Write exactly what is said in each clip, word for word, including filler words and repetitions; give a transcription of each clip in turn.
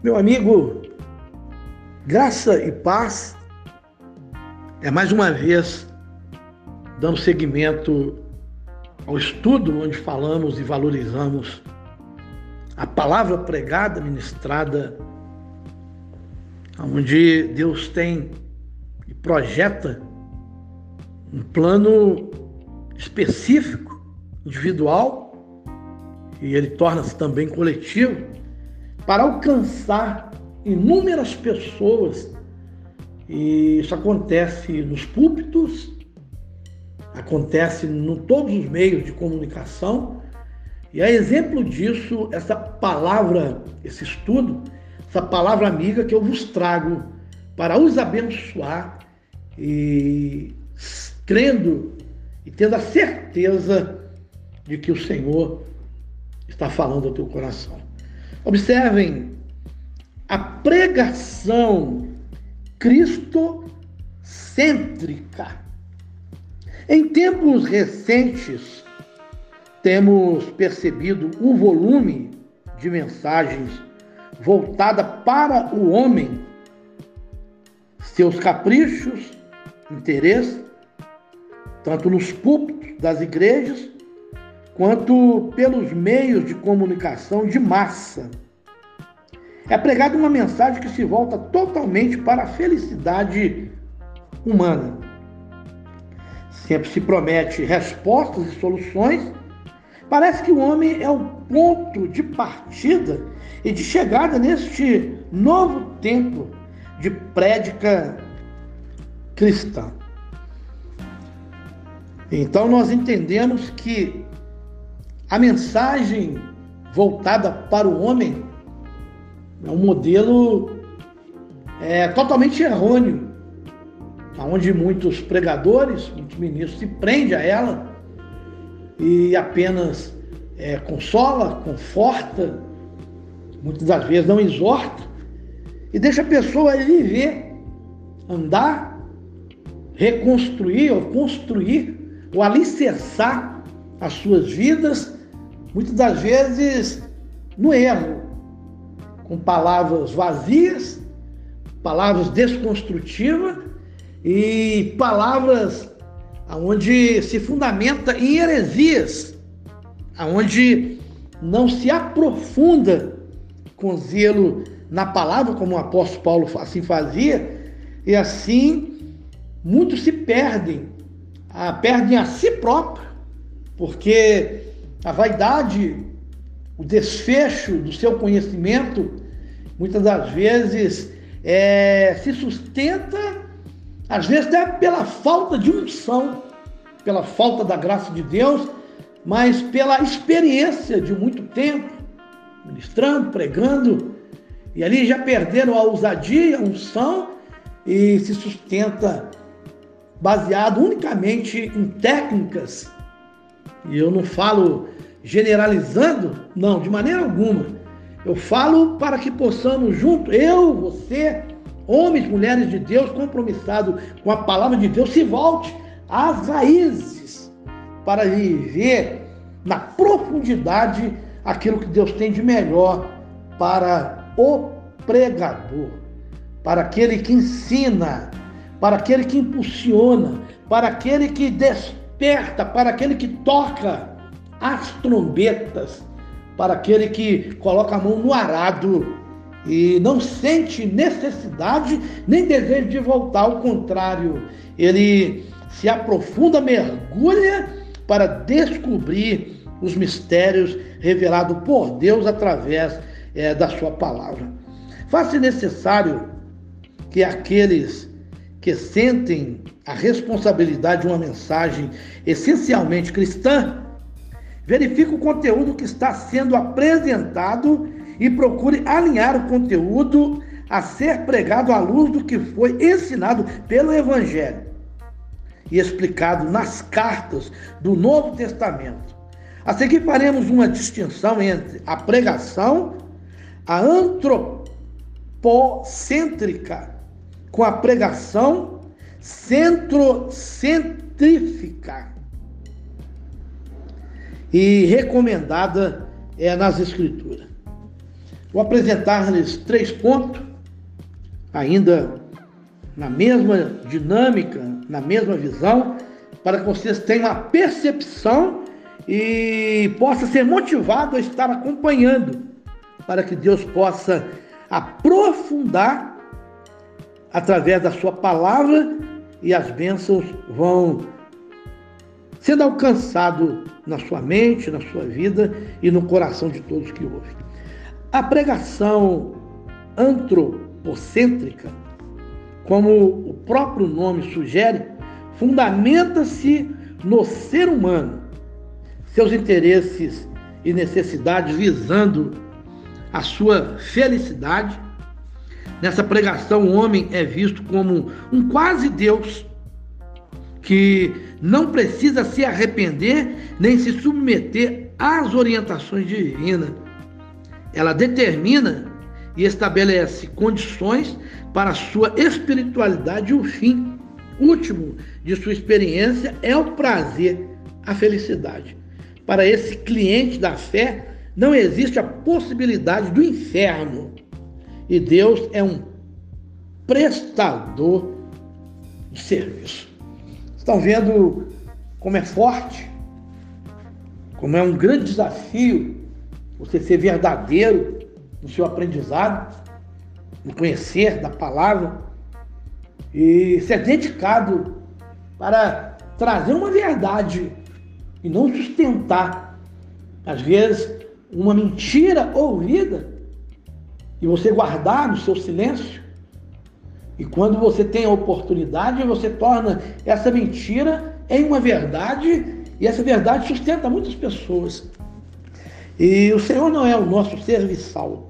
Meu amigo, graça e paz é mais uma vez dando seguimento ao estudo onde falamos e valorizamos a palavra pregada, ministrada, onde Deus tem e projeta um plano específico, individual, e ele torna-se também coletivo, para alcançar inúmeras pessoas. E isso acontece nos púlpitos, acontece em todos os meios de comunicação, e a exemplo disso, essa palavra, esse estudo, essa palavra amiga que eu vos trago para os abençoar e crendo e tendo a certeza de que o Senhor está falando ao teu coração. Observem a pregação cristocêntrica. Em tempos recentes, temos percebido o volume de mensagens voltada para o homem, seus caprichos, interesses, tanto nos púlpitos das igrejas, quanto pelos meios de comunicação de massa. É pregada uma mensagem que se volta totalmente para a felicidade humana. Sempre se promete respostas e soluções. Parece que o homem é o ponto de partida e de chegada neste novo tempo de prédica cristã. Então nós entendemos que a mensagem voltada para o homem é um modelo é, totalmente errôneo, onde muitos pregadores, muitos ministros se prendem a ela e apenas é, consola, conforta, muitas das vezes não exorta, e deixa a pessoa viver, andar, reconstruir ou construir, ou alicerçar as suas vidas, muitas das vezes no erro, com palavras vazias, palavras desconstrutivas e palavras onde se fundamenta em heresias, onde não se aprofunda com zelo na palavra, como o apóstolo Paulo assim fazia, e assim muitos se perdem, a, perdem a si próprio, porque a vaidade, o desfecho do seu conhecimento, muitas das vezes é, se sustenta, às vezes até pela falta de unção, pela falta da graça de Deus, mas pela experiência de muito tempo, ministrando, pregando, e ali já perderam a ousadia, a unção, e se sustenta baseado unicamente em técnicas. E eu não falo generalizando, não, de maneira alguma. Eu falo para que possamos juntos, eu, você, homens, mulheres de Deus, compromissados com a palavra de Deus, se volte às raízes para viver na profundidade aquilo que Deus tem de melhor para o pregador, para aquele que ensina, para aquele que impulsiona, para aquele que desperta, para aquele que toca as trombetas, para aquele que coloca a mão no arado e não sente necessidade nem desejo de voltar, ao contrário, ele se aprofunda, mergulha para descobrir os mistérios revelados por Deus através é, da sua palavra. Faz-se necessário que aqueles que sentem a responsabilidade de uma mensagem essencialmente cristã verifique o conteúdo que está sendo apresentado e procure alinhar o conteúdo a ser pregado à luz do que foi ensinado pelo Evangelho e explicado nas cartas do Novo Testamento. A seguir faremos uma distinção entre a pregação, a antropocêntrica, com a pregação centrocentrífica e recomendada é, nas Escrituras. Vou apresentar-lhes três pontos, ainda na mesma dinâmica, na mesma visão, para que vocês tenham a percepção e possa ser motivado a estar acompanhando, para que Deus possa aprofundar através da sua palavra e as bênçãos vão sendo alcançado na sua mente, na sua vida e no coração de todos que ouvem. A pregação antropocêntrica, como o próprio nome sugere, fundamenta-se no ser humano, seus interesses e necessidades visando a sua felicidade. Nessa pregação, o homem é visto como um quase Deus que não precisa se arrepender nem se submeter às orientações divinas. Ela determina e estabelece condições para a sua espiritualidade, e o fim último de sua experiência é o prazer, a felicidade. Para esse cliente da fé, não existe a possibilidade do inferno. E Deus é um prestador de serviço. Estão vendo como é forte, como é um grande desafio você ser verdadeiro no seu aprendizado, no conhecer da palavra e ser dedicado para trazer uma verdade e não sustentar, às vezes, uma mentira ouvida e você guardar no seu silêncio. E quando você tem a oportunidade, você torna essa mentira em uma verdade, e essa verdade sustenta muitas pessoas. E o Senhor não é o nosso serviçal.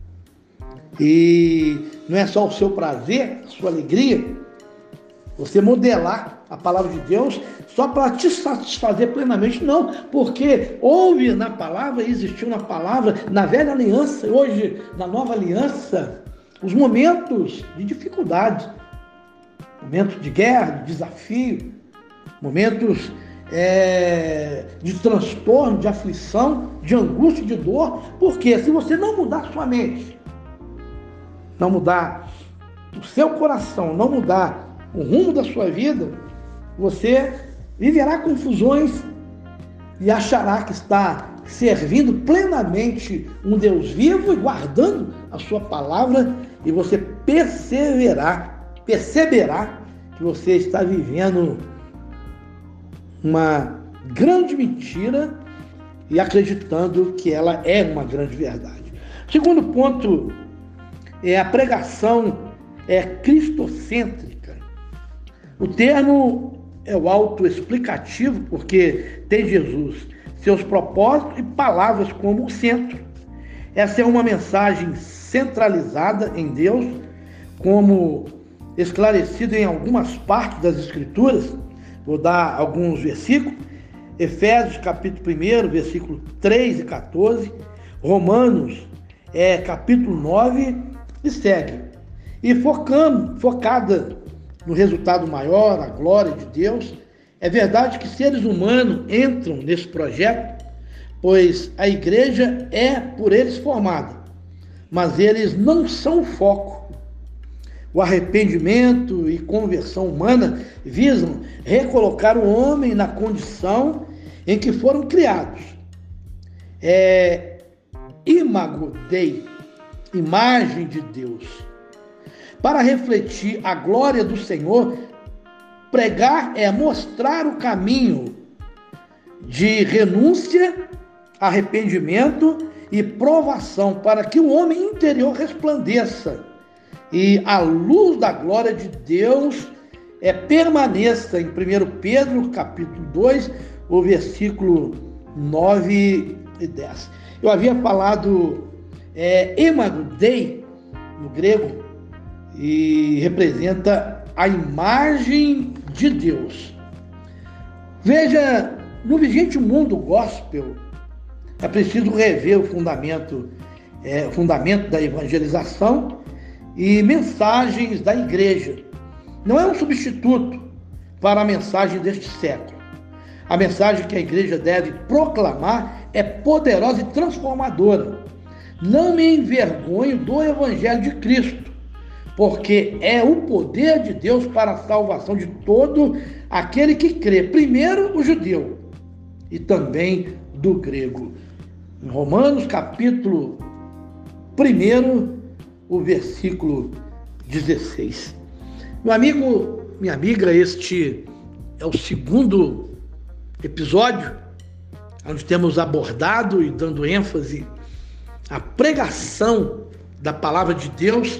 E não é só o seu prazer, a sua alegria, você modelar a palavra de Deus só para te satisfazer plenamente, não, porque houve na palavra, existiu na palavra, na velha aliança, hoje na nova aliança, os momentos de dificuldade, momentos de guerra, de desafio, momentos é, de transtorno, de aflição, de angústia, de dor, porque se você não mudar sua mente, não mudar o seu coração, não mudar o rumo da sua vida, você viverá confusões e achará que está servindo plenamente um Deus vivo e guardando a sua palavra, e você perseverar, perceberá que você está vivendo uma grande mentira e acreditando que ela é uma grande verdade. O segundo ponto é a pregação é cristocêntrica. O termo é o autoexplicativo, porque tem Jesus, seus propósitos e palavras como o centro. Essa é uma mensagem centralizada em Deus, como esclarecido em algumas partes das Escrituras. Vou dar alguns versículos. Efésios, capítulo um, versículo três e quatorze. Romanos, é, capítulo nove, e segue. E focando, focada no resultado maior, a glória de Deus. É verdade que seres humanos entram nesse projeto, pois a igreja é por eles formada, mas eles não são o foco. O arrependimento e conversão humana visam recolocar o homem na condição em que foram criados. É imago Dei, imagem de Deus. Para refletir a glória do Senhor, pregar é mostrar o caminho de renúncia, arrependimento e provação para que o homem interior resplandeça e a luz da glória de Deus é, permaneça. Em primeiro Pedro, capítulo dois, o versículo nove e dez. Eu havia falado é, imago Dei, no grego, e representa a imagem de Deus. Veja, no vigente mundo gospel, é preciso rever o fundamento, é, o fundamento da evangelização e mensagens da igreja. Não é um substituto para a mensagem deste século. A mensagem que a igreja deve proclamar é poderosa e transformadora. não me envergonho do Evangelho de Cristo, porque é o poder de Deus para a salvação de todo aquele que crê, primeiro o judeu e também do grego. Em Romanos capítulo um, o versículo dezesseis. Meu amigo, minha amiga, este é o segundo episódio onde temos abordado e dando ênfase à pregação da palavra de Deus,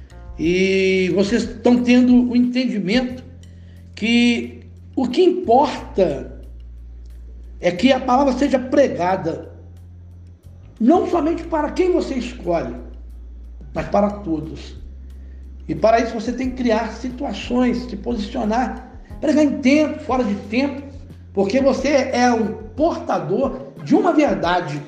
e vocês estão tendo o entendimento que o que importa é que a palavra seja pregada não somente para quem você escolhe, mas para todos. E para isso você tem que criar situações, se posicionar, pregar em tempo, fora de tempo, porque você é um portador de uma verdade.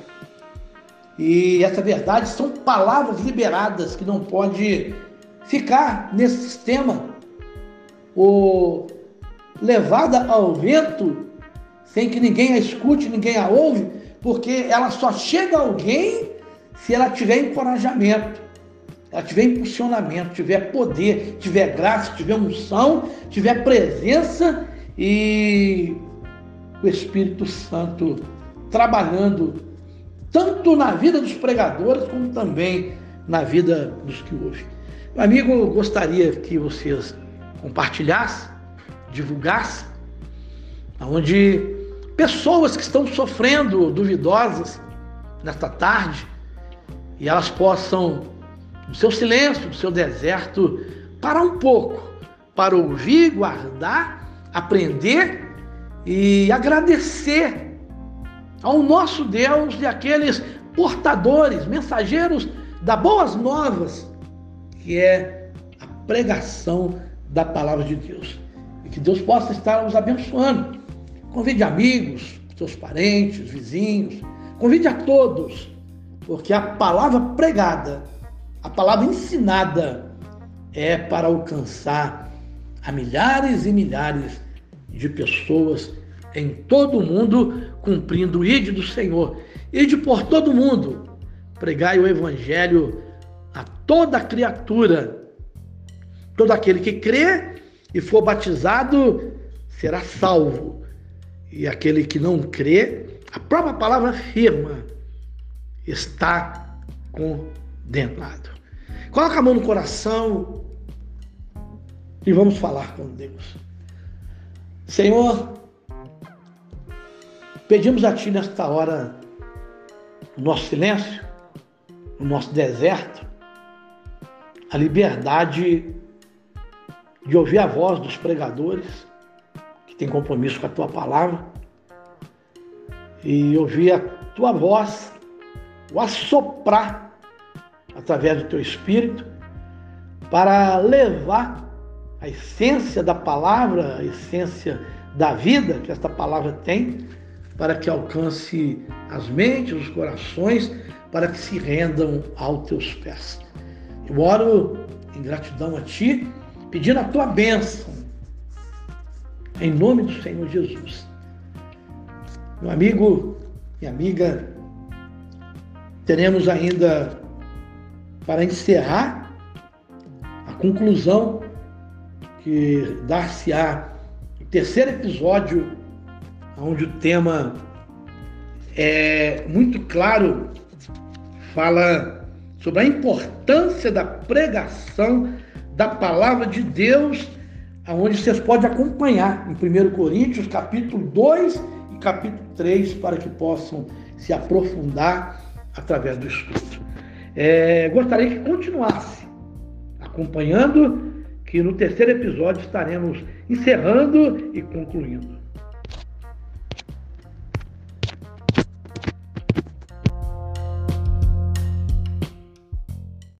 E essa verdade são palavras liberadas que não pode ficar nesse sistema ou levada ao vento sem que ninguém a escute, ninguém a ouve, porque ela só chega a alguém se ela tiver encorajamento, ela tiver impulsionamento, tiver poder, tiver graça, tiver unção, tiver presença e o Espírito Santo trabalhando tanto na vida dos pregadores como também na vida dos que ouvem. Meu amigo, eu gostaria que vocês compartilhassem, divulgassem, onde pessoas que estão sofrendo, duvidosas, nesta tarde, e elas possam, no seu silêncio, no seu deserto, parar um pouco, para ouvir, guardar, aprender e agradecer ao nosso Deus e aqueles portadores, mensageiros das boas novas, que é a pregação da palavra de Deus. E que Deus possa estar nos abençoando. Convide amigos, seus parentes, vizinhos, convide a todos, porque a palavra pregada, a palavra ensinada é para alcançar a milhares e milhares de pessoas em todo o mundo, cumprindo o ídolo do Senhor. Ide por todo o mundo, pregai o evangelho a toda criatura. Todo aquele que crê e for batizado será salvo. E aquele que não crê, a própria palavra afirma, está condenado. Coloca a mão no coração e vamos falar com Deus. Senhor, pedimos a Ti nesta hora, no nosso silêncio, no nosso deserto, a liberdade de ouvir a voz dos pregadores, que tem compromisso com a Tua palavra, e ouvir a Tua voz, o assoprar através do Teu Espírito, para levar a essência da palavra, a essência da vida que esta palavra tem, para que alcance as mentes, os corações, para que se rendam aos Teus pés. Eu oro em gratidão a Ti, pedindo a Tua bênção, em nome do Senhor Jesus. Meu amigo e amiga, teremos ainda, para encerrar, a conclusão que dar-se-á o terceiro episódio, onde o tema é muito claro, fala sobre a importância da pregação da palavra de Deus, onde vocês podem acompanhar em primeiro Coríntios, capítulo dois e capítulo três, para que possam se aprofundar através do estudo. É, gostaria que continuasse acompanhando, que no terceiro episódio estaremos encerrando e concluindo.